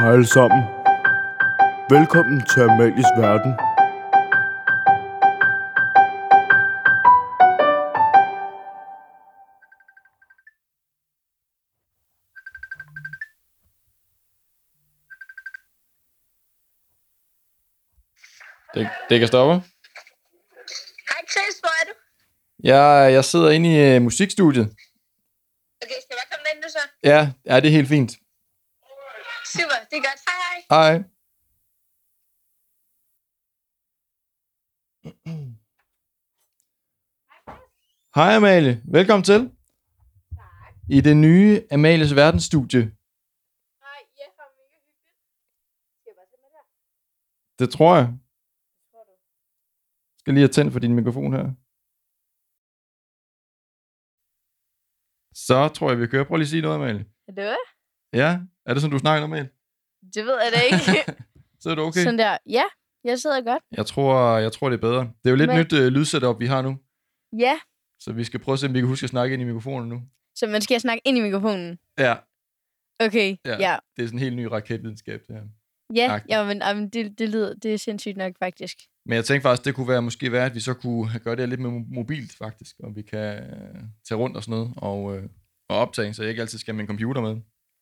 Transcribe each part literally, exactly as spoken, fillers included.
Hej alle sammen. Velkommen til Amalies Verden. Det, det kan stoppe. Hej Chris, hvor er du? Jeg, jeg sidder inde i uh, musikstudiet. Okay, skal jeg bare komme ind nu så? Ja, ja, det er helt fint. Super, det er godt. Hej hej. Hej. Hej Amalie, velkommen til. Tak. I det nye Amalies Verdensstudie. Hej, ja, det var mega hyggeligt. Skal jeg bare tage med der? Det tror jeg. Tror du? Jeg skal lige have tændt for din mikrofon her. Så tror jeg, vi kører. Prøv lige at sige noget, Amalie. Er det hvad? Ja, er det sådan, du snakker normalt? Det ved jeg da ikke. Så er du okay? Sådan der, ja, jeg sidder godt. Jeg tror, jeg tror, det er bedre. Det er jo lidt Men... nyt uh, lydsetup, vi har nu. Ja, Så vi skal prøve at se, om vi kan huske at snakke ind i mikrofonen nu. så man skal snakke ind i mikrofonen. Ja, Okay, Ja. ja. Ja, det er sådan en helt ny raketvidenskab, det her. ja, Agtigt. ja men, men det, det lyder, det er sindssygt nok faktisk. Men jeg tænkte faktisk, det kunne være, måske være, at vi så kunne gøre det lidt mere mobilt, faktisk. Og vi kan øh, tage rundt og sådan noget, og, øh, og optage, så jeg ikke altid skal have min computer med.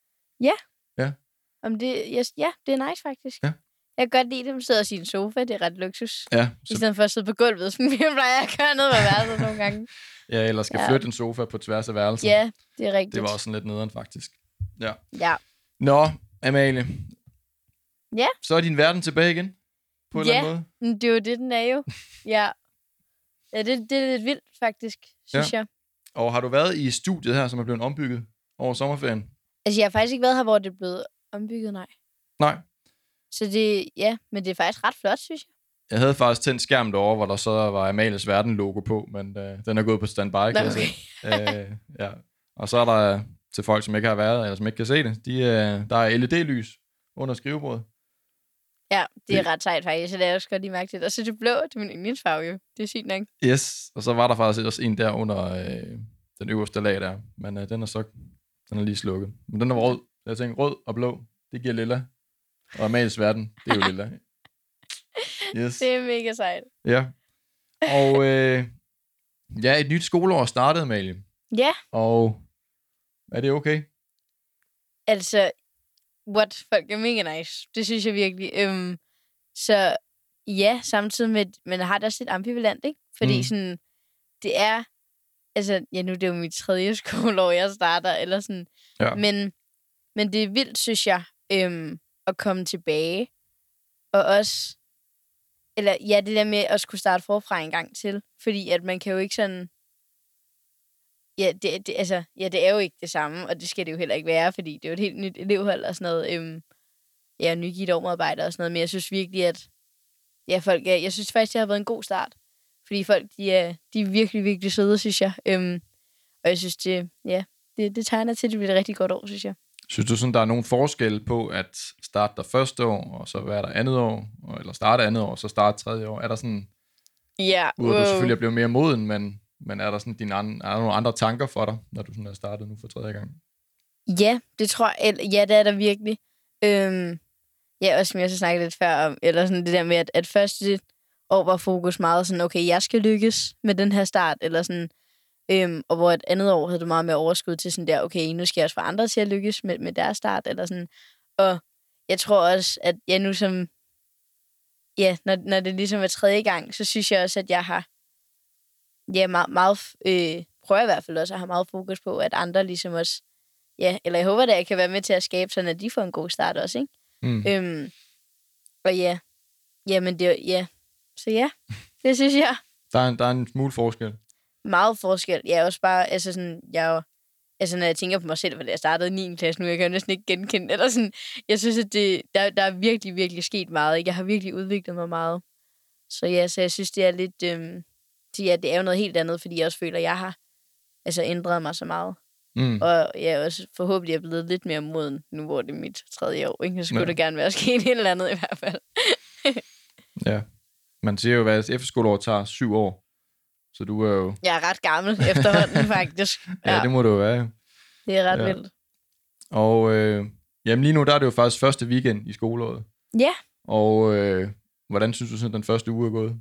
Om det, yes, ja, det er nice faktisk. Ja. Jeg kan godt lide, at de sidder i sin sofa, det er ret luksus. Ja, I så, stedet for at sidde på gulvet, sådan vi plejer at gøre ned med værelset nogle gange. ja eller skal Ja. flytte en sofa på tværs af værelsen. Ja, det er rigtigt. Det var også sådan lidt nederen, faktisk. Ja. Ja. Nå, Amalie. Ja. Så er din verden tilbage igen, på en Ja. eller anden måde. Men det er jo det, den er jo. Ja. Ja, det, det er lidt vildt, faktisk, synes ja. jeg. Og har du været i studiet her, som er blevet ombygget over sommerferien? Altså, jeg har faktisk ikke været her, hvor det er blevet ombygget, nej. Nej. Så det, ja, men det er faktisk ret flot, synes jeg. Jeg havde faktisk tændt skærmen derovre, hvor der så var Amalies Verden-logo på, men øh, den er gået på standby, kan Nå, jeg se. øh, ja. Og så er der, til folk, som ikke har været, eller som ikke kan se det, de, øh, der er L E D-lys under skrivebordet. Ja, det er Det- ret sejt, faktisk. Så det er også godt lige mærke til det. Og så det blå, det er min yndlingsfarve, jo. Det er sygt nok. Yes, og så var der faktisk også en der under øh, den øverste lag der, men øh, den er så den er lige slukket. Men den er rød. Jeg tænkte, rød og blå, det giver lilla. Og Amalies Verden, det er jo lilla. Yes. Det er mega sejt. Ja. Og øh, ja, et nyt skoleår startede, Amalie. Ja, Og er det okay? altså, what, folk er mega nice. Det synes jeg virkelig. Øhm, så ja, samtidig med, men jeg har det også lidt ambivalent, ikke? Fordi Mm. mm. sådan, det er, altså, ja, nu er det jo mit tredje skoleår, jeg starter, eller sådan. Ja. Men, men det er vildt, synes jeg, øhm, at komme tilbage. Og også, eller ja, det der med at skulle starte forfra en gang til. Fordi at man kan jo ikke sådan, ja, det, det, altså, ja, det er jo ikke det samme, og det skal det jo heller ikke være, fordi det er jo et helt nyt elevhold og sådan noget. Øhm, ja, nygivet årmedarbejdere og sådan noget, men jeg synes virkelig, at ja, folk er, jeg synes faktisk, det har været en god start. Fordi folk, de er, de er virkelig, virkelig søde, synes jeg. Øhm, og jeg synes, det, ja, det, det tegner til, at det bliver et rigtig godt år, synes jeg. Synes du sådan, der er nogen forskel på at starte der første år, og så være der andet år, og- eller starte andet år, og så starte tredje år? Er der sådan, Ja, ud af du selvfølgelig er blevet mere moden, men, men er der sådan dine andre, er der nogle andre tanker for dig, når du sådan er startet nu for tredje gang? Ja, det tror jeg. eller- Ja, det er der virkelig. Øhm, ja, også som jeg så snakkede lidt før om, eller sådan det der med, at, at første år var fokus meget sådan, okay, jeg skal lykkes med den her start, eller sådan, øhm, og hvor et andet år havde du meget mere overskud til sådan der, okay, nu skal jeg også få andre til at lykkes med, med deres start, eller sådan. Og jeg tror også, at jeg nu som, ja, når, når det ligesom er tredje gang, så synes jeg også, at jeg har, ja, meget, meget øh, prøver jeg i hvert fald også at have meget fokus på, at andre ligesom også, ja, eller jeg håber, at jeg kan være med til at skabe sådan, at de får en god start også, ikke? Mm. Øhm, og ja, jamen det er ja, så ja, det synes jeg Der, er en, der er en smule forskel. meget forskel. Jeg er også bare, altså sådan, jeg er jo, altså når jeg tænker på mig selv, fordi jeg startede i niende klasse nu, jeg kan jo næsten ikke genkende, eller sådan, jeg synes, at det, der, der er virkelig, virkelig sket meget, ikke? Jeg har virkelig udviklet mig meget. Så ja, så jeg synes, det er lidt, øhm, det, ja, det er jo noget helt andet, fordi jeg også føler, at jeg har altså ændret mig så meget. Mm. Og jeg er også forhåbentlig er blevet lidt mere moden, nu hvor det er mit tredje år, ikke? Så skulle Ja. ja. det gerne være sket et eller andet i hvert fald. Ja. Man siger jo, at efterskoleår tager syv år. Så du er jo... Jeg er ret gammel efterhånden, faktisk. Ja, ja det må du jo være. Jo. Det er ret Ja. ja. vildt. Og øh, Jamen lige nu, der er det jo faktisk første weekend i skoleåret. Ja. Og øh, hvordan synes du sådan, den første uge er gået?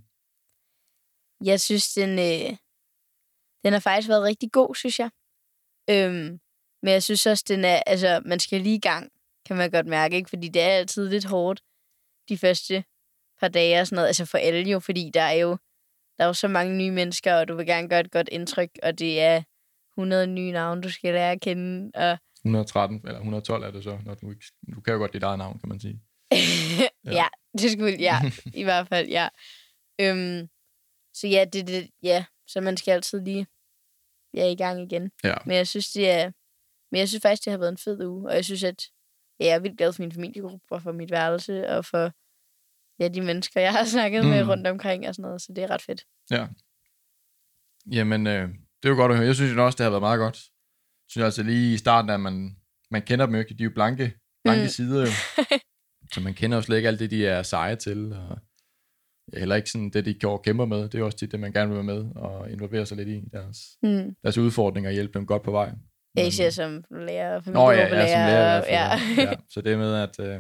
Jeg synes, den, øh, den har faktisk været rigtig god, synes jeg. Øhm, men jeg synes også, den er, altså, man skal lige i gang, kan man godt mærke, ikke? Fordi det er altid lidt hårdt, de første par dage og sådan noget. Altså for alle jo, fordi der er jo, der er jo så mange nye mennesker, og du vil gerne gøre et godt indtryk, og det er hundrede nye navne, du skal lære at kende. Og et hundrede og tretten, eller et hundrede og tolv er det så, når du, ikke, du kan jo godt dit eget navn, kan man sige. ja. ja, det skulle, ja, i hvert fald, ja. Øhm, så ja, det, det, ja, så man skal altid lige ja, i gang igen. Ja. Men jeg synes, det er, men jeg synes faktisk, det har været en fed uge, og jeg synes, at ja, jeg er vildt glad for min familiegruppe, og for mit værelse, og for ja, de mennesker, jeg har snakket mm. med rundt omkring, og sådan noget, så det er ret fedt. Ja. Jamen, øh, det er jo godt at høre. Jeg synes jo også, det har været meget godt. Jeg synes altså lige i starten, at man, man kender dem jo ikke. De er jo blanke, blanke mm. sider jo. Så man kender jo slet ikke alt det, de er seje til, og heller ikke sådan det, de går og kæmper med. Det er jo også tit det, man gerne vil være med, og involvere sig lidt i deres, mm. deres udfordringer, og hjælpe dem godt på vej. Ja, især som lærer og Nå ja, ja, som lærer. Og, ja. ja. Så det med, at øh,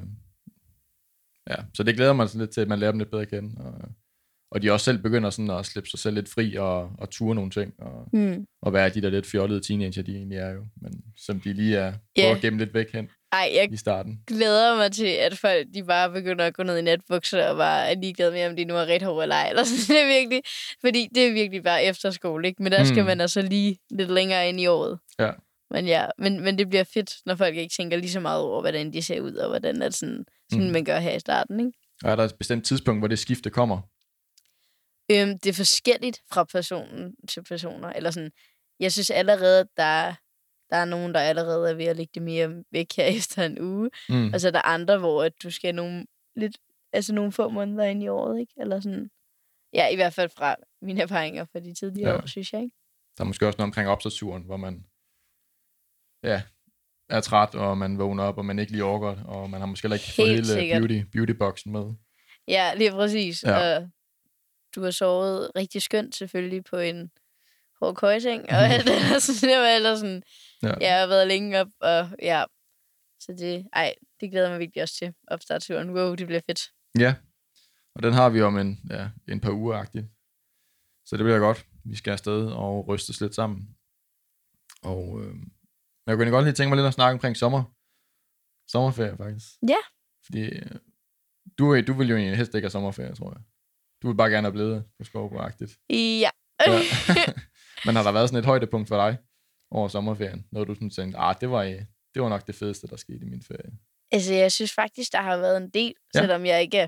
ja, så det glæder mig lidt til, at man lærer dem lidt bedre at kende, og, og de også selv begynder sådan at slippe sig selv lidt fri, og, og ture nogle ting, og, mm. og være de der lidt fjollede teenager, de egentlig er jo, men som de lige er yeah. på at gemme lidt væk hen. Ej, jeg i starten. Glæder mig til, at folk de bare begynder at gå ned i natbukser og bare er ligeglade med, om de nu er ret hårde eller ej. Eller sådan. Det er virkelig, fordi det er virkelig bare efterskole, ikke? Men der skal mm. man altså lige lidt længere ind i året. Ja. Men ja, men, men det bliver fedt, når folk ikke tænker lige så meget over, hvordan de ser ud, og hvordan er sådan, sådan mm. man gør her i starten, ikke? Og er der et bestemt tidspunkt, hvor det skifte kommer? Øhm, det er forskelligt fra personen til personer. Eller sådan, jeg synes allerede, at der Der er nogen, der allerede er ved at lægge det mere væk her efter en uge. Mm. Og så er der andre, hvor at du skal nogle, lidt, altså nogle få måneder ind i året, ikke? Eller sådan. Ja, i hvert fald fra mine erfaringer fra de tidligere ja. år, synes jeg, ikke? Der er måske også noget omkring opstartsturen, hvor man ja, er træt, og man vågner op, og man ikke lige orker, og man har måske ikke fået hele beauty, beautyboxen med. Ja, lige præcis. Ja. Og du har sovet rigtig skønt selvfølgelig på en hård køjseng, og alt det, så det var ellers sådan, ja. Jeg har været længe op, og ja, så det, ej, det glæder mig virkelig også til opstartturen. Wow, det bliver fedt. Ja, og den har vi om en, ja, en par uger-agtigt. Så det bliver godt. Vi skal afsted og rystes lidt sammen. Og øh, jeg kunne godt lige tænke mig lidt at snakke omkring sommer. Sommerferie, faktisk. Ja. Fordi øh, du, du vil jo egentlig helst ikke have sommerferie, tror jeg. Du vil bare gerne have blevet på Skovbo-agtigt. Ja. ja. Men har der været sådan et højdepunkt for dig over sommerferien? Når du sådan tænkte, ah, det var, det var nok det fedeste, der skete i min ferie. Altså, jeg synes faktisk, der har været en del, ja. Selvom jeg ikke er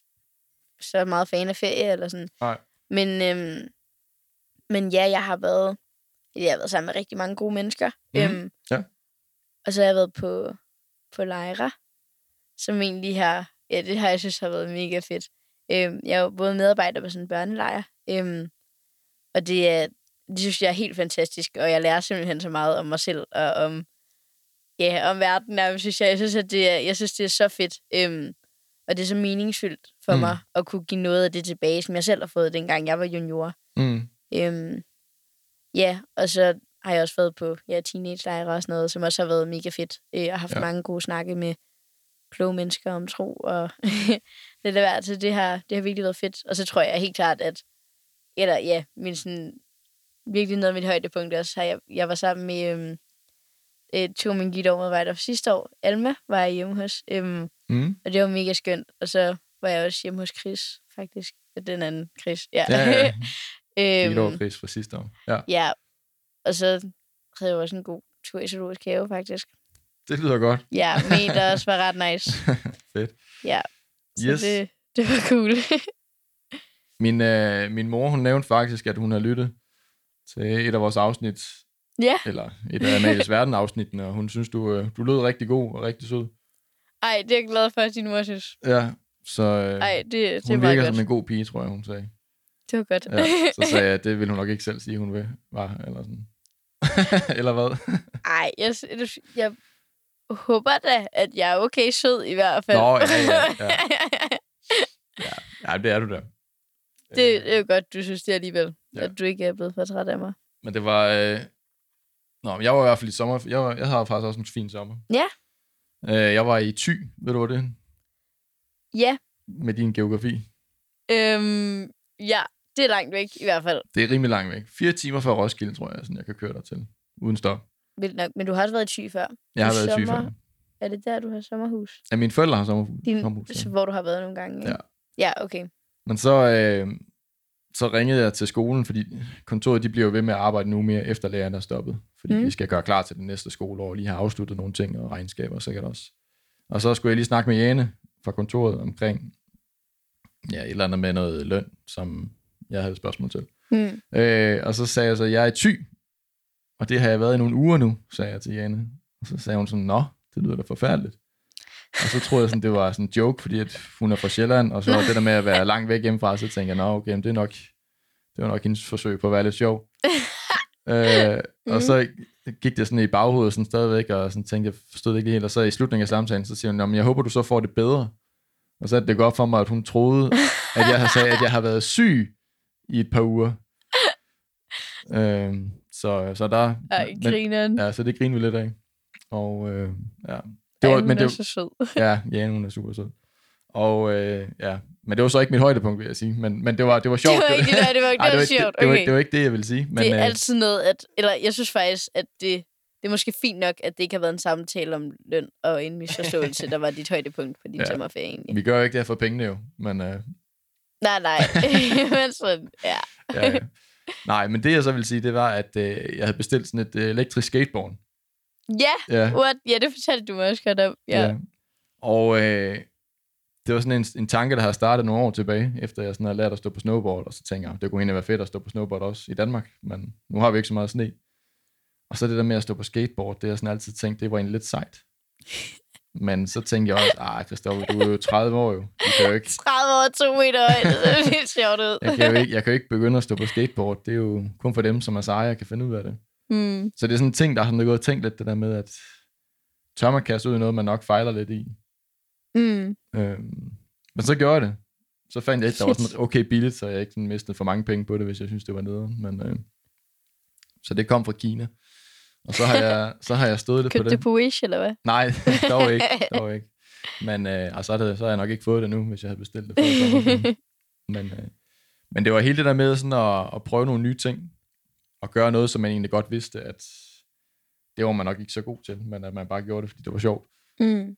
så meget fan af ferie eller sådan. Nej. Men, øhm, men ja, jeg har været, jeg har været sammen med rigtig mange gode mennesker. Mm. Øhm, ja. Og så har jeg været på, på lejre, som egentlig har, ja, det har jeg synes har været mega fedt. Øhm, jeg er jo både medarbejder på sådan en børnelejr, øhm, og det er, det synes jeg er helt fantastisk, og jeg lærer simpelthen så meget om mig selv, og om, ja, om verden, og synes jeg, jeg synes, at det er, jeg synes, det er så fedt, øhm, og det er så meningsfyldt for mm. mig, at kunne give noget af det tilbage, som jeg selv har fået, dengang jeg var junior. Mm. Øhm, ja, og så har jeg også været på ja, teenage-lejre og sådan noget, som også har været mega fedt, øh, og har haft ja. mange gode snakke med kloge mennesker om tro, og det der værd, så det har, det har virkelig været fedt, og så tror jeg helt klart, at eller ja, min sådan virkelig noget af mit højdepunkt også, har jeg, jeg var sammen med øhm, øh, to af mine guitarmedarbejder for sidste år. Alma var jeg hjemme hos, øhm, mm. og det var mega skønt. Og så var jeg også hjemme hos Chris, faktisk. Den anden Chris, ja. Ja, ja. øhm, Guitar Chris fra sidste år. Ja. ja, og så havde jeg også en god tur i zoologisk have, faktisk. Det lyder godt. Ja, men det også var ret nice. Fedt. Ja, så yes. det, det var cool. Min, øh, min mor, hun nævnte faktisk, at hun har lyttet til et af vores afsnit. Ja. Eller et af Amalies Verden-afsnittene, og hun synes, du, øh, du lød rigtig god og rigtig sød. Ej, det er jeg glad for, at din mor synes. Ja, så øh, Ej, det, det hun var virker godt. som en god pige, tror jeg, hun sagde. Det var godt. Ja, så sagde jeg, at det ville hun nok ikke selv sige, hun vil, var, eller sådan. Eller hvad? Ej, jeg, jeg håber da, at jeg er okay sød i hvert fald. Nå, ja, ja, ja. Ja, ja det er du da. Det, det er jo godt, du synes det alligevel, ja. At du ikke er blevet for træt af mig. Men det var... Øh... Nå, men jeg var i hvert fald i sommer... Jeg, var, jeg havde faktisk også en fin sommer. Ja. Øh, jeg var i Thy, ved du hvad det er? Ja. Med din geografi. Øhm, ja, det er langt væk i hvert fald. Det er rimelig langt væk. Fire timer fra Roskilde, tror jeg, sådan jeg kan køre dig til. Uden stop. Vildt nok. Men du har også været i Thy før. Jeg har I været i Thy sommer- før. Er det der, du har sommerhus? Ja, mine forældre har sommerhus. Din, sommerhus ja. Hvor du har været nogle gange, ikke? Ja. Ja, okay. Men så, øh, så ringede jeg til skolen, fordi kontoret de bliver jo ved med at arbejde nu mere efter lærerne er stoppet. Fordi mm. vi skal gøre klar til det næste skoleår, lige have afsluttet nogle ting og regnskaber sikkert også. Og så skulle jeg lige snakke med Jane fra kontoret omkring ja, et eller andet med noget løn, som jeg havde et spørgsmål til. Mm. Øh, og så sagde jeg så, jeg er i Thy, og det har jeg været i nogle uger nu, sagde jeg til Jane. Og så sagde hun sådan, nå, det lyder da forfærdeligt. Og så troede jeg sådan, det var sådan en joke, fordi at hun er fra Sjælland, og så det der med at være langt væk hjemmefra, så tænkte jeg, nå okay, det er nok, det var nok hendes forsøg på at være lidt sjov. øh, mm. Og så gik det sådan i baghovedet sådan stadigvæk, og sådan tænkte, jeg forstod det ikke helt, og så i slutningen af samtalen, så siger hun, men jeg håber, du så får det bedre. Og så er det godt for mig, at hun troede, at jeg har sagt, at jeg har været syg i et par uger. øh, så, så der... Ej, grineren. Ja, så det griner vi lidt af. Og øh, ja... Det var, Ej, hun men er det, så sød. Ja, ja, hun er super sød. Og øh, ja, men det var så ikke mit højdepunkt, vil jeg sige. Men, men det var det var sjovt. Det var ikke det, der, det var, Ej, det var, det var sjovt. Det, det, var, okay. det var ikke det, jeg ville sige. Men, det er øh, altid noget, at... Eller jeg synes faktisk, at det, det er måske fint nok, at det ikke har været en samtale om løn og en misforståelse, der var dit højdepunkt på din ja, sommerferie egentlig. Vi gør jo ikke det her for pengene jo, men... Øh... Nej, nej. men sådan, ja. ja, ja. Nej, men det jeg så vil sige, det var, at øh, jeg havde bestilt sådan et øh, elektrisk skateboard. Ja, yeah, what? Ja, det fortalte du mig også godt om. Ja. ja. Og øh, det var sådan en, en tanke, der har startet nogle år tilbage, efter jeg sådan havde lært at stå på snowboard, og så tænker jeg, det kunne egentlig være fedt at stå på snowboard også i Danmark, men nu har vi ikke så meget sne. Og så det der med at stå på skateboard, det har jeg sådan altid tænkt, det var egentlig lidt sejt. Men så tænkte jeg også, ah, Christoffer, du er jo tredive år jo. Du kan jo ikke... tredive år, to meter højt, det er helt sjovt ud. jeg, kan jo ikke, jeg kan jo ikke begynde at stå på skateboard, det er jo kun for dem, som er seje, jeg kan finde ud af det. Mm. Så det er sådan en ting, der har sådan gået og tænkt lidt, det der med, at tør man kaste ud i noget, man nok fejler lidt i. Mm. Øhm, men så gjorde jeg det. Så fandt jeg, at der var sådan okay billigt, så jeg ikke sådan mistede for mange penge på det, hvis jeg synes, det var nederen. Men, øh, så det kom fra Kina. Og så har jeg, så har jeg stået lidt Købte på det. Købte på Wish, eller hvad? Nej, dog ikke. Dog ikke. Men øh, altså, så, så har jeg nok ikke fået det nu, hvis jeg havde bestilt det før. men, øh, men det var hele det der med sådan at, at prøve nogle nye ting. Og gøre noget, som man egentlig godt vidste, at det var man nok ikke så god til. Men at man bare gjorde det, fordi det var sjovt. Mm.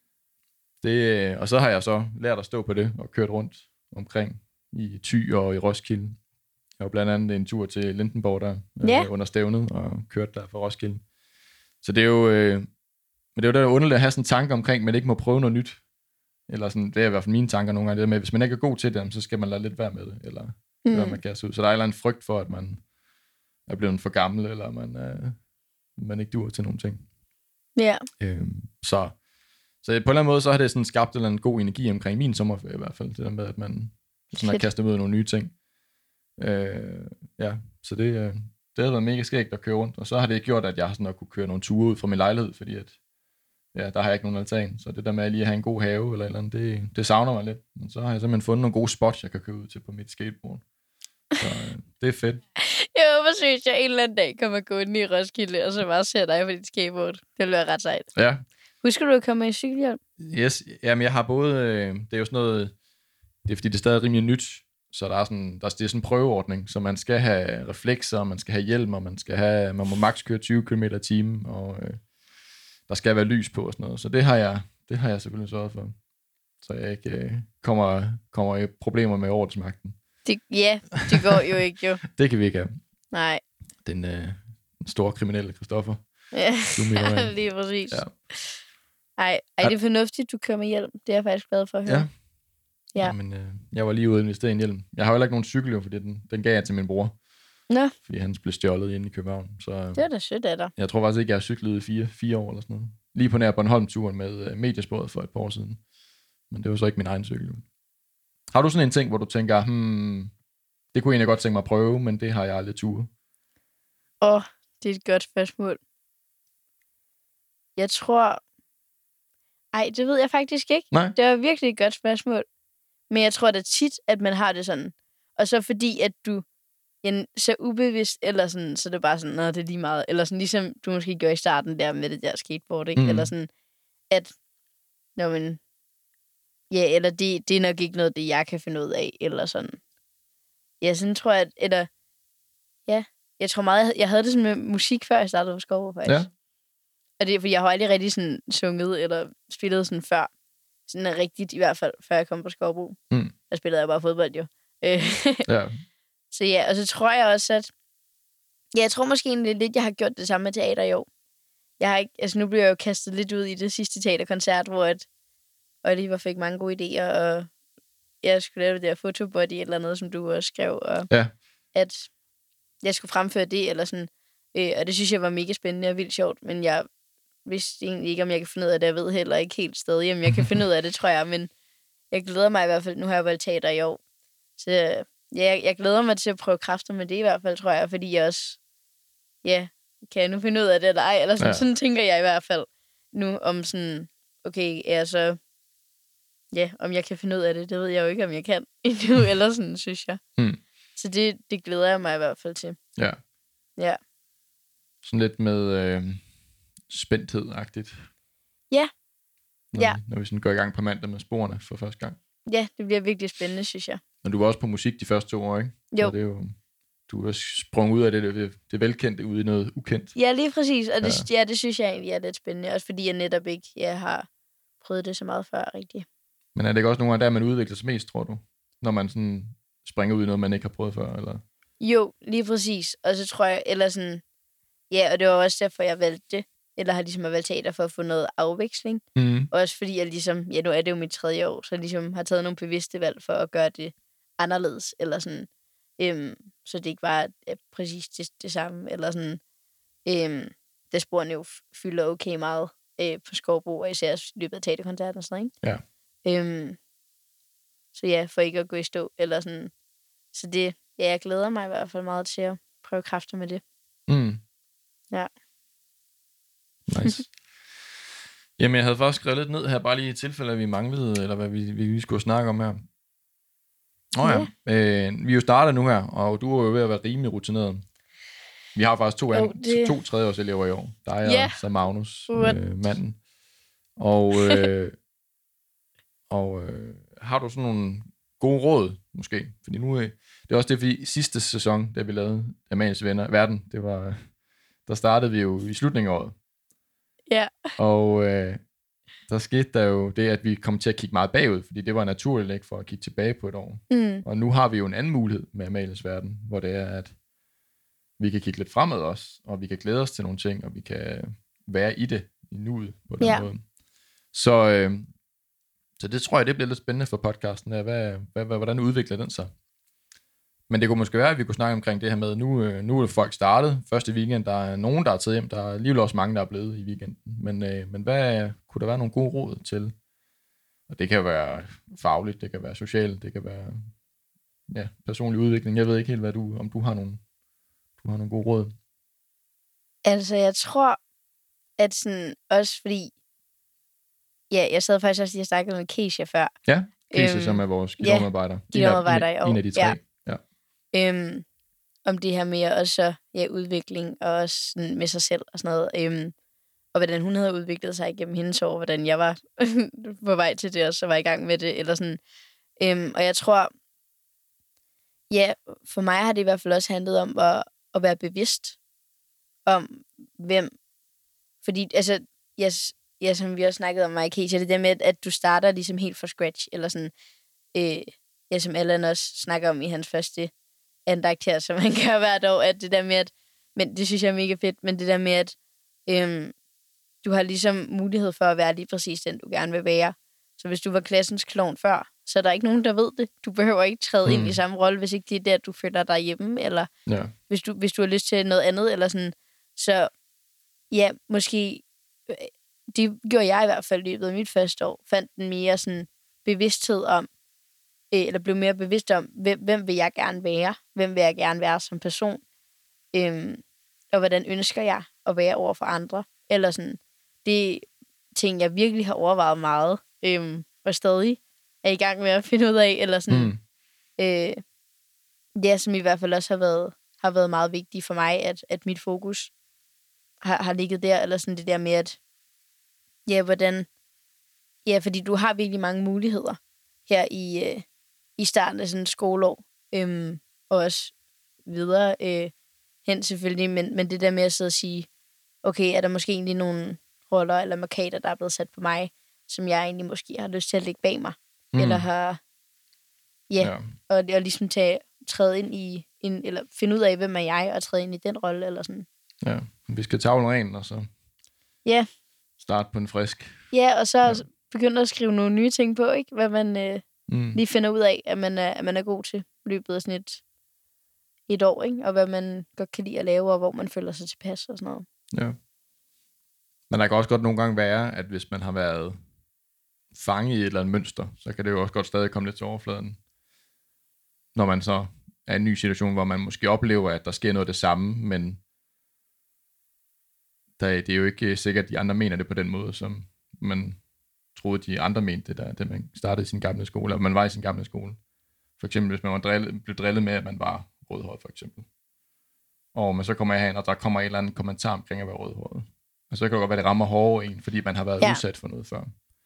Det, og så har jeg så lært at stå på det, og kørt rundt omkring i Thy og i Roskilde. Jeg var blandt andet en tur til Lindenborg der, yeah. øh, under stævnet, og kørte der fra Roskilde. Så det er jo, øh, men det er jo der underligt at have sådan en tanke omkring, at man ikke må prøve noget nyt. Eller sådan, det er i hvert fald mine tanker nogle gange, det der med, hvis man ikke er god til det, så skal man lade lidt være med det, eller mm. hvad man kaster ud. Så der er en eller anden frygt for, at man er blevet for gammel, eller man, øh, man ikke duer til nogle ting. Ja. Yeah. Øhm, så, så på en eller anden måde, så har det sådan skabt en eller anden god energi omkring min sommerferie i hvert fald. Det der med, at man sådan har kastet ud af nogle nye ting. Øh, ja, så det, øh, det har været mega skægt at køre rundt. Og så har det gjort, at jeg sådan har kunne køre nogle ture ud fra min lejlighed, fordi at, ja, der har jeg ikke nogen altan. Så det der med at lige have en god have eller eller andet, det, det savner mig lidt. Men så har jeg simpelthen fundet nogle gode spots, jeg kan køre ud til på mit skateboard. Så øh, det er fedt. Jeg håber synes, jeg en eller anden dag kommer gående i Roskilde, og så bare ser dig på dit skateboard. Det vil være ret sejt. Ja. Husker du at komme i cykelhjelm? Yes, jamen jeg har både, øh, det er jo sådan noget, det er fordi det er stadig rimelig nyt, så der er sådan, der er sådan en prøveordning, så man skal have reflekser, man skal have hjelm, og man skal have, man må maks køre tyve kilometer i timen, og øh, der skal være lys på og sådan noget. Så det har jeg, det har jeg selvfølgelig sørget for, så jeg ikke øh, kommer, kommer i problemer med ordensmagten. Det, ja, det går jo ikke, jo. Det kan vi ikke have. Nej. Den, øh, den store kriminelle Christoffer. Ja, lige præcis. Ja. Ej, ej, det er fornuftigt, du kører med hjelm. Det er jeg faktisk glad for at høre. Ja. Ja. Jamen, øh, jeg var lige ude og investere i en hjelm. Jeg har jo heller ikke nogen cykel, jo, fordi den, den gav jeg til min bror. Nå. Fordi han blev stjålet inde i København. Så, øh, det var da sødt af dig. Jeg tror faktisk ikke, jeg har cyklet i fire, fire år eller sådan noget. Lige på nær Bornholm-turen med øh, mediesporet for et par år siden. Men det var så ikke min egen cykel. Har du sådan en ting, hvor du tænker, hmm, det kunne jeg egentlig godt tænke mig at prøve, men det har jeg aldrig turet? Åh, oh, det er et godt spørgsmål. Jeg tror... Ej, det ved jeg faktisk ikke. Nej. Det var virkelig et godt spørgsmål. Men jeg tror da tit, at man har det sådan. Og så fordi, at du ja, så ubevidst, eller sådan, så det er bare sådan, nå, det er lige meget. Eller sådan, ligesom du måske gjorde i starten der med det der skateboard, ikke? Mm. Eller sådan, at Nå, men... Ja, eller det, det er nok ikke noget, det jeg kan finde ud af, eller sådan. Ja, sådan tror jeg, at, eller... Ja, jeg tror meget, jeg havde det sådan med musik, før jeg startede på Skovbo, faktisk. Ja. Og det er, fordi jeg har aldrig rigtig sådan sunget, eller spillet sådan før. Sådan rigtigt, i hvert fald, før jeg kom på Skovbo. Mm. Der spillede jeg bare fodbold, jo. Ja. Så ja, og så tror jeg også, at... Ja, jeg tror måske egentlig lidt, jeg har gjort det samme med teater i år. Jeg har ikke... Altså, nu bliver jeg jo kastet lidt ud i det sidste teaterkoncert, hvor at Oliver fik mange gode idéer, og jeg skulle lave det der fotobody eller noget, som du også skrev, og Ja. at jeg skulle fremføre det, eller sådan. Øh, og det synes jeg var mega spændende og vildt sjovt, men jeg vidste egentlig ikke, om jeg kan finde ud af det. Jeg ved heller ikke helt stadig, om jeg kan finde ud af det, tror jeg, men jeg glæder mig i hvert fald. Nu har jeg valgt teater i år. Så ja, jeg, jeg glæder mig til at prøve kræfter med det i hvert fald, tror jeg, fordi jeg også, ja, kan jeg nu finde ud af det eller ej, eller sådan, ja. Sådan tænker jeg i hvert fald nu om sådan, okay, er jeg så, ja, om jeg kan finde ud af det, det ved jeg jo ikke, om jeg kan endnu, eller sådan, synes jeg. Mm. Så det, det glæder jeg mig i hvert fald til. Ja. Ja. Sådan lidt med øh, spændthed-agtigt. Ja. Når, Ja. vi, når vi sådan går i gang på mandag med sporene for første gang. Ja, det bliver virkelig spændende, synes jeg. Men du var også på musik de første to år, ikke? Jo. Så det er jo, du er sprunget ud af det, det, det velkendte, ud i noget ukendt. Ja, lige præcis. Og det, Ja. ja, det synes jeg egentlig er lidt spændende. Også fordi jeg netop ikke jeg har prøvet det så meget før, rigtigt. Men er det ikke også nogle gange der, man udvikler sig mest, tror du? Når man sådan springer ud i noget, man ikke har prøvet før, eller? Jo, lige præcis. Og så tror jeg, eller sådan... Ja, og det var også derfor, jeg valgte det. Eller har ligesom valgt teater for at få noget afveksling. Mm. Også fordi jeg ligesom... Ja, nu er det jo mit tredje år, så jeg ligesom har taget nogle bevidste valg for at gøre det anderledes. Eller sådan... Øhm, så det ikke var ja, præcis det, det samme. Eller sådan... Øhm, da sporene jo fylder okay meget øh, på Skovbo, og især i løbet af teaterkoncerten og sådan, ikke? Ja. Øhm, så ja, for ikke at gå i stå, eller sådan. Så det, ja, jeg glæder mig i hvert fald meget til at prøve kræfter med det. Mm. Ja. Nice. Jamen, jeg havde faktisk skrevet lidt ned her, bare lige i tilfælde, at vi manglede, eller hvad vi, vi lige skulle snakke om her. Nå ja, ja. Øh, vi er jo startet nu her, og du er jo ved at være rimelig rutineret. Vi har faktisk to, Jo, an, det- to tredjeårselever i år. Der er Ja. og så Magnus, What? øh, manden. Og, øh, og øh, har du sådan nogle gode råd, måske? Fordi nu, øh, det er også det, fordi sidste sæson, da vi lavede Amalies Venner, Verden, det var, der startede vi jo i slutningen af året. Ja. Og øh, der skete der jo det, at vi kom til at kigge meget bagud, fordi det var naturligt ikke for at kigge tilbage på et år. Mm. Og nu har vi jo en anden mulighed med Amalies Verden, hvor det er, at vi kan kigge lidt fremad også, og vi kan glæde os til nogle ting, og vi kan være i det, i nuet på den Ja. måde. Så, øh, så det tror jeg, det bliver lidt spændende for podcasten. Hvad, hvad, hvad, hvordan udvikler den sig? Men det kunne måske være, at vi kunne snakke omkring det her med, nu, øh, nu er folk startet. Første weekend, der er nogen, der er taget hjem. Der er alligevel også mange, der er blevet i weekenden. Men, øh, men hvad kunne der være nogle gode råd til? Og det kan være fagligt, det kan være socialt, det kan være ja, personlig udvikling. Jeg ved ikke helt, hvad du, om du har nogle, du har nogle gode råd. Altså, jeg tror, at sådan, også fordi, ja, jeg sad faktisk også lige og snakkede med Keisha før. Ja, Kese, Øhm, som er vores ja, guitarmedarbejder. guitarmedarbejder i en, år. en af de tre. Ja. Ja. Øhm, om det her med også, ja, udvikling, og også sådan med sig selv og sådan noget. Øhm, og hvordan hun havde udviklet sig igennem hendes år, hvordan jeg var på vej til det, og så var i gang med det, eller sådan. Øhm, og jeg tror, ja, for mig har det i hvert fald også handlet om at, at være bevidst om, hvem. Fordi, altså, yes, ja, som vi også snakkede om mig og Keisha, det der med, at, at du starter ligesom helt fra scratch, eller sådan, øh, ja, som Allan også snakker om i hans første andagt her, som han gør hvert år, at det der med, at, men det synes jeg er mega fedt, men det der med, at øhm, du har ligesom mulighed for at være lige præcis den, du gerne vil være. Så hvis du var klassens klovn før, så er der ikke nogen, der ved det. Du behøver ikke træde mm. ind i samme rolle, hvis ikke det er der, du føler dig hjemme, eller Ja. hvis du, hvis du har lyst til noget andet, eller sådan. Så ja, måske, øh, det gjorde jeg i hvert fald i løbet af mit første år, fandt en mere sådan bevidsthed om, øh, eller blev mere bevidst om, hvem, hvem vil jeg gerne være? Hvem vil jeg gerne være som person? Øhm, og hvordan ønsker jeg at være over for andre? Eller sådan, det er ting, jeg virkelig har overvejet meget, øhm, og stadig er i gang med at finde ud af, eller sådan, Mm. øh, ja, som i hvert fald også har været, har været meget vigtigt for mig, at, at mit fokus har, har ligget der, eller sådan det der med, at ja, hvordan ja, fordi du har virkelig mange muligheder her i, øh, i starten af sådan et skoleår. Øhm, og også videre øh, hen selvfølgelig. Men, men det der med at sidde og sige, okay, er der måske egentlig nogle roller eller markader, der er blevet sat på mig, som jeg egentlig måske har lyst til at lægge bag mig. Mm. Eller har, ja, ja. Og, og ligesom tage, træde ind i, en, eller finde ud af, hvem er jeg, og træde ind i den rolle, eller sådan. Ja, vi skal tavle ren, og så ja. starte på en frisk. Ja, og så ja. begynde at skrive nogle nye ting på, ikke? Hvad man øh, mm. lige finder ud af, at man er, at man er god til løbet af sådan et, et år, ikke? Og hvad man godt kan lide at lave, og hvor man føler sig tilpas og sådan noget. Ja. Men der kan også godt nogle gange være, at hvis man har været fanget i et eller andet mønster, så kan det jo også godt stadig komme lidt til overfladen. Når man så er i en ny situation, hvor man måske oplever, at der sker noget af det samme, men der, det er jo ikke sikkert, at de andre mener det på den måde, som man troede, de andre mente det, der, det man startede i sin gamle skole, eller man var i sin gamle skole. For eksempel, hvis man var drillet, blev drillet med, at man var rødhåret, for eksempel. Og men så kommer jeg hen, og der kommer en eller anden kommentar omkring at være rødhåret. Og så kan det godt være, det rammer hårdere en, fordi man har været ja. udsat for noget før.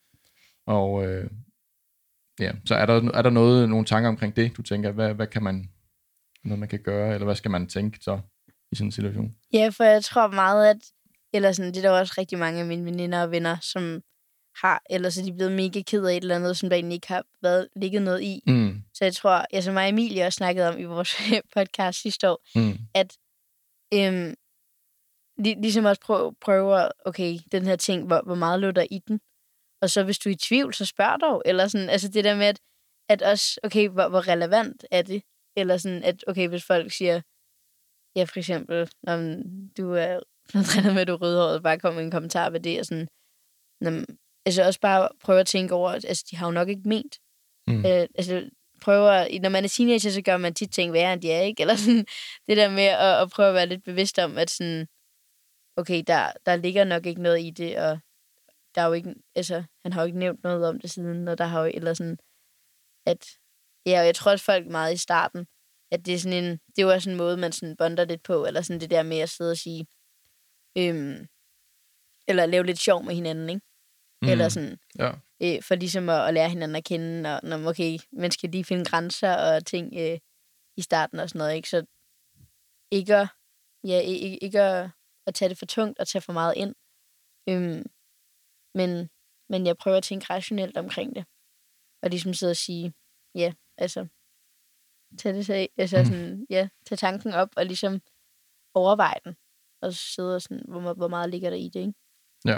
Og øh, ja, så er der, er der noget, nogle tanker omkring det, du tænker, hvad, hvad kan man, noget man kan gøre, eller hvad skal man tænke så i sådan en situation? Ja, for jeg tror meget, at, eller sådan, det er der også rigtig mange af mine veninder og venner, som har, eller så er de blevet mega ked af et eller andet, som der egentlig ikke har været ligget noget i. Mm. Så jeg tror, jeg som mig og Emilie også snakkede om i vores podcast sidste år, mm. at øhm, lig, ligesom også prøver, prøver, okay, den her ting, hvor, hvor meget lå der i den? Og så hvis du er i tvivl, så spørg dog. Eller sådan, altså det der med, at, at også, okay, hvor, hvor relevant er det? Eller sådan, at okay, hvis folk siger, ja, for eksempel, om du er drillet med, at du er rødhåret, bare kom med en kommentar ved det, og sådan, når, altså også bare prøve at tænke over, altså de har jo nok ikke ment. Mm. Øh, altså prøver, når man er teenager, så gør man tit ting værre, end de er, ikke? Eller sådan, det der med at, at prøve at være lidt bevidst om, at sådan, okay, der, der ligger nok ikke noget i det, og der er jo ikke, altså, han har jo ikke nævnt noget om det siden, og der har jo, eller sådan, at, ja, og jeg tror også folk meget i starten, at det er sådan en, det er jo også en måde, man sådan bonder lidt på, eller sådan det der med at sidde og sige, øhm, eller lave lidt sjov med hinanden, ikke? Mm. Eller sådan, ja. øh, for ligesom at, at lære hinanden at kende, og når, okay, man skal lige finde grænser og ting øh, i starten og sådan noget, ikke? Så ikke at, ja, ikke, ikke at, at tage det for tungt og tage for meget ind. Øhm, men, men jeg prøver at tænke rationelt omkring det. Og ligesom sidde og sige, ja, altså, tage det sig, altså mm. sådan, ja, tage tanken op og ligesom overveje den. Og så sidde og sådan, hvor, hvor meget ligger der i det, ikke? Ja.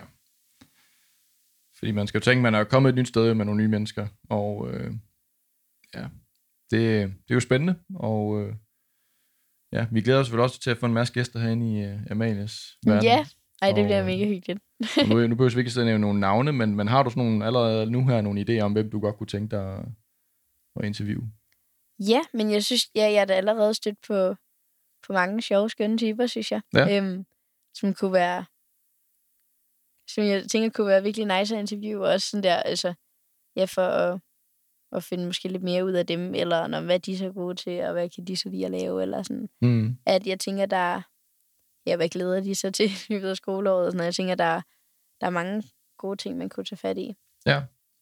Fordi man skal jo tænke, man er kommet et nyt sted med nogle nye mennesker, og øh, ja, det, det er jo spændende, og øh, ja, vi glæder os vel også til at få en masse gæster herinde i uh, Amalies verden. Ja, ej, det bliver og, mega hyggeligt. nu, nu behøver vi ikke at nævne nogle navne, men, men har du sådan nogle, allerede nu her nogle idéer om, hvem du godt kunne tænke dig at, at interviewe? Ja, men jeg synes, ja, jeg er da allerede stødt på, på mange sjove, skønne typer, synes jeg, ja. øhm, som kunne være, som jeg tænker kunne være virkelig nice at interviewe, og også sådan der, altså, ja, for at, at finde måske lidt mere ud af dem, eller når, hvad de er så gode til, og hvad kan de så lide at lave, eller sådan. Mm. At jeg tænker, der ja, hvad glæder de så til i løbet af skoleåret, og sådan noget. Jeg tænker, der, der er mange gode ting, man kunne tage fat i. Ja.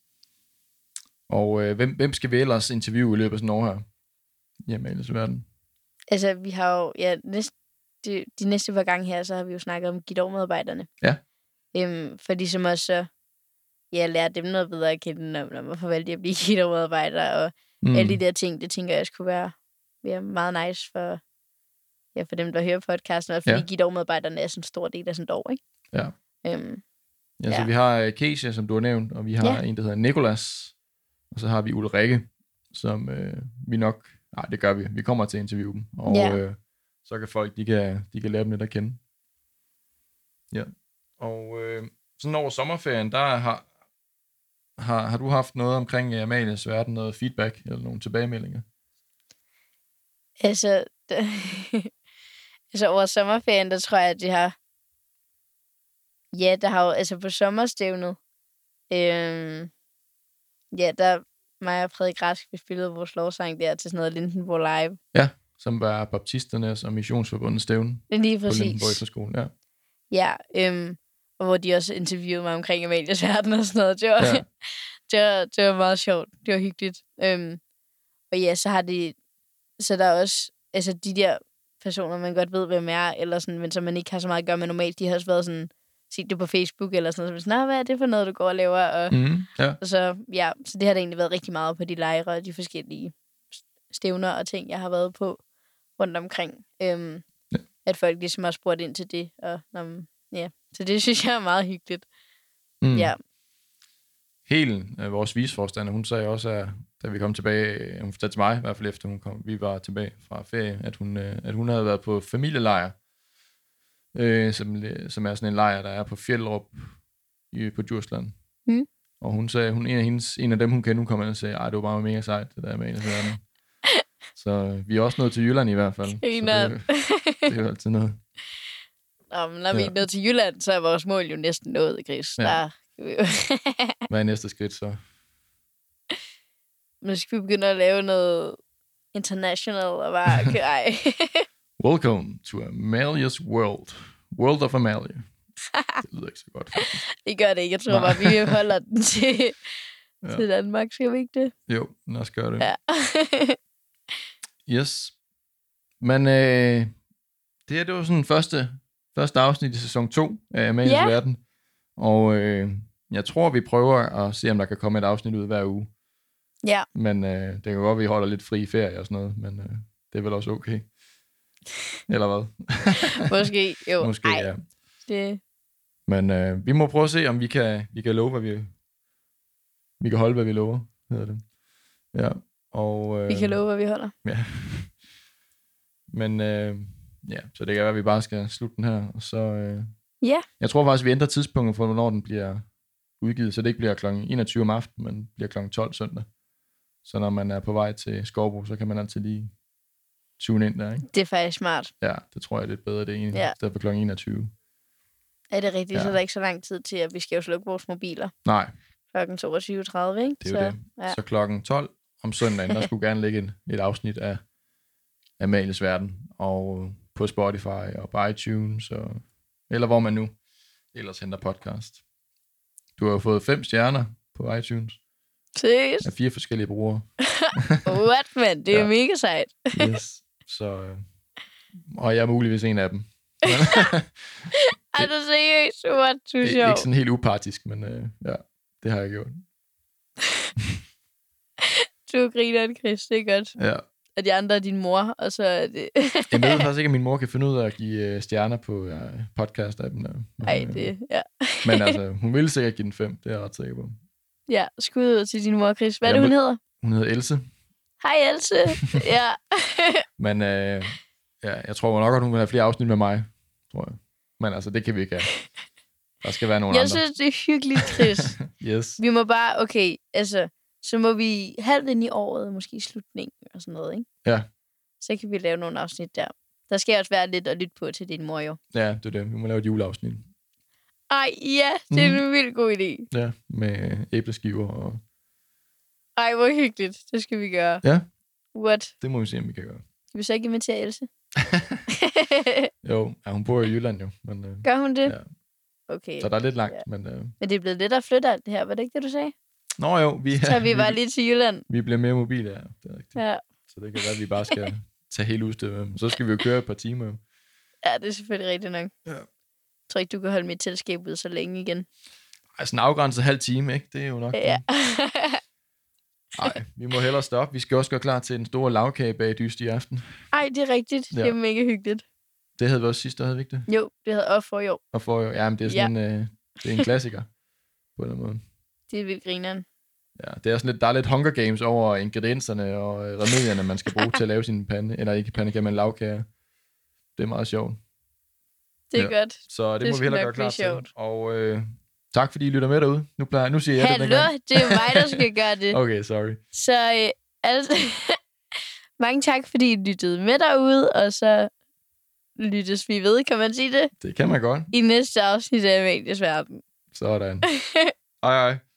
Og øh, hvem, hvem skal vi ellers interviewe i løbet af sådan år her? I Amalies verden. Altså, vi har jo, ja, næste, de, de næste par gange her, så har vi jo snakket om Gidor-medarbejderne. Ja. Øhm, for de som også så, ja, lærer dem noget bedre at kende, om, om hvorfor valgte de at blive Gidor-medarbejdere, og mm. alle de der ting, det tænker jeg også kunne være, være meget nice for, ja, for dem, der hører podcasten, og fordi ja. Gidor-medarbejderne er sådan en stor del af sådan et år, ikke? Ja. Øhm, ja, så ja. Vi har Kesia, som du har nævnt, og vi har ja. en, der hedder Nicolas, og så har vi Ulrikke, som øh, vi nok, nej, det gør vi, vi kommer til at interviewe dem, og ja. øh, så kan folk, de kan, de kan lære dem lidt at kende. Ja. Og øh, sådan over sommerferien, der har, har, har du haft noget omkring Amalies verden, noget feedback, eller nogle tilbagemeldinger? Altså, der, altså over sommerferien, der tror jeg, at de har, ja, der har jo, altså på sommerstævnet, øhm, ja, der mig og Frederik Rask, vi spillede vores lovsang der til sådan noget Lindenborg Live. Ja, som var baptisternes og missionsforbundets stævne. Lige præcis. På Lindenborg Efterskole, ja. Ja, øhm, og hvor de også interviewede mig omkring Amalias verden og sådan noget. Det var, Ja. det var, det var meget sjovt. Det var hyggeligt. Øhm, og ja, så har de... Så der er også... Altså, de der personer, man godt ved, hvem er, eller sådan, men som man ikke har så meget at gøre med normalt, de har også været sådan... Set det på Facebook, eller sådan noget. Så sådan, hvad er det for noget, du går og laver? Og, Mm, ja. og så, ja, så det har da egentlig været rigtig meget på de lejre og de forskellige stævner og ting, jeg har været på rundt omkring. Øhm, ja. At folk ligesom har spurgt ind til det. Og, um, ja. Så det synes jeg er meget hyggeligt. Mm. Ja. Helen, øh, vores viceforstander, hun sagde også, at da vi kom tilbage, hun fortalte til mig, i hvert ffall efter hun kom, vi var tilbage fra ferie, at hun, øh, at hun havde været på familielejr, øh, som, som er sådan en lejr, der er på Fjellerup i, på Djursland. Mm. Og hun sagde, hun en af, hendes, en af dem, hun kendte, hun kom ind og sagde, ej, det var bare mega sejt, det der med en af verden. Så vi er også nået til Jylland i hvert fald. Så det, det er jo altid noget. Nå, men når vi Ja. er nået til Jylland, så er vores mål jo næsten nået, Chris. Ja. Der kan vi jo... Hvad er næste skridt så? Men skal vi begynde at lave noget international og bare... Ej. Welcome to Amalia's World. World of Amalia. Det lyder ikke så godt, faktisk. Det gør det ikke. Jeg tror Nej. bare, vi holder den til, Ja. til Danmark. Skal vi ikke det? Jo, lad os gøre det. Ja. Yes. Men øh, det her, det var sådan første, første afsnit i sæson to af Amalia's Ja. Verden. Og øh, jeg tror, vi prøver at se, om der kan komme et afsnit ud hver uge. Ja. Men øh, det kan godt, at vi holder lidt fri ferie og sådan noget, men øh, det er vel også okay. Eller hvad? Måske. Jo. Måske, Ej, ja. det... Men øh, vi må prøve at se, om vi kan, vi kan love, hvad vi... Vi kan holde, hvad vi lover, hedder det. Ja, og... Øh, Vi kan love, hvad vi holder. Ja. Men øh, ja, så det kan være, at vi bare skal slutte den her, og så... Øh, Ja. Jeg tror faktisk, vi ændrer tidspunktet for, hvornår den bliver udgivet, så det ikke bliver klokken enogtyve om aftenen, men bliver klokken tolv søndag. Så når man er på vej til Skovbo, så kan man altid lige tune ind der, ikke? Det er faktisk smart. Ja, det tror jeg er lidt bedre, det er egentlig, Ja. i stedet for klokken enogtyve. Er det rigtigt? Ja. Ja. Så er der ikke så lang tid til, at vi skal jo slukke vores mobiler. Nej, Klokken toogtyve tredive, ikke? det er jo så, det. Ja. Så klokken tolv om søndagen, der skulle gerne ligge et, et afsnit af Amalia's Verden, og på Spotify og på iTunes, og, eller hvor man nu ellers henter podcast. Du har jo fået fem stjerner på iTunes Seriøst? af fire forskellige brugere. What, man? Det er Ja. ja. mega sejt. Yes. Så, øh, og jeg er muligvis en af dem. Er du seriøst? What? Du er Ik- sjov. ikke sådan helt upartisk, men øh, ja, det har jeg gjort. Du griner, Chris. Det er godt. Ja. Og de andre er din mor, og så er det... Jeg ved faktisk ikke, at min mor kan finde ud af at give øh, stjerner på øh, podcast-appen. Der. Men, Ej, øh, det... Ja. Men altså, hun ville sikkert give den fem, det er jeg ret sikker på. Ja, skud ud til din mor, Chris. Hvad er det, Jamen- hun hedder? Hun hedder Else, Hej, Else. Ja. men øh, ja, jeg tror nok, at hun vil have flere afsnit med mig, tror jeg. Men altså, det kan vi ikke have. Der skal være nogle Jeg andre. synes, det er hyggeligt, Chris. Yes. Vi må bare... Okay, altså... Så må vi halvt ind i året, måske i slutningen og sådan noget, ikke? Ja. Så kan vi lave nogle afsnit der. Der skal også være lidt at lytte på til din mor, jo. Ja, det er det. Vi må lave et juleafsnit. Ej, ja, det er Mhm. en vildt god idé. Ja, med æbleskiver, og Ej, hvor hyggeligt. Det skal vi gøre. Ja. What? det må vi se, om vi kan gøre. Skal vi så ikke invitere Else? Jo, ja, hun bor i Jylland jo, men, øh, Gør hun det? Ja. Okay. så der er lidt langt, Ja. men... Øh, Men det er blevet lidt at flytte alt det her. Var det ikke det, du sagde? nå jo, vi, Så vi var lige til Jylland. vi bliver mere mobile, ja. Det er rigtigt. Ja. Så det kan være, at vi bare skal tage hele udstyret med. Men så skal vi jo køre et par timer. jo. Ja, det er selvfølgelig rigtigt nok. Ja. Jeg tror ikke, du kan holde mit tilskab ud så længe igen. Ej, sådan en afgrænset halv time, ikke? Det er jo nok... Ja. Nej, vi må hellere stoppe. Vi skal også gøre klar til en stor lavkage bag dyst i aften. Ej, det er rigtigt. Ja. Det er mega hyggeligt. Det havde vi også sidste år, havde vi ikke det? Jo, det havde off for i år. Og for jo, ja, men det er sådan ja. en, øh, det er en klassiker. På en eller anden måde. Det er vildt grineren. Ja, det er sådan lidt, der er lidt Hunger Games over ingredienserne og øh, remedierne, man skal bruge til at lave sin pande, eller ikke pandekage, men lavkager. Det er meget sjovt. Det er Ja. godt. Så det, Det må vi skal hellere nok gøre klar blive til. sjovt. Og øh, tak fordi I lytter med derude. Nu, plejer, nu siger jeg det. Hallo, det er mig, der skal gøre det. Okay, sorry. Så øh, altså, mange tak, fordi I lyttede med derude, og så lyttes vi ved, kan man sige det, Det kan man godt. i næste afsnit af Amalia's Verden. Sådan. Hej hej.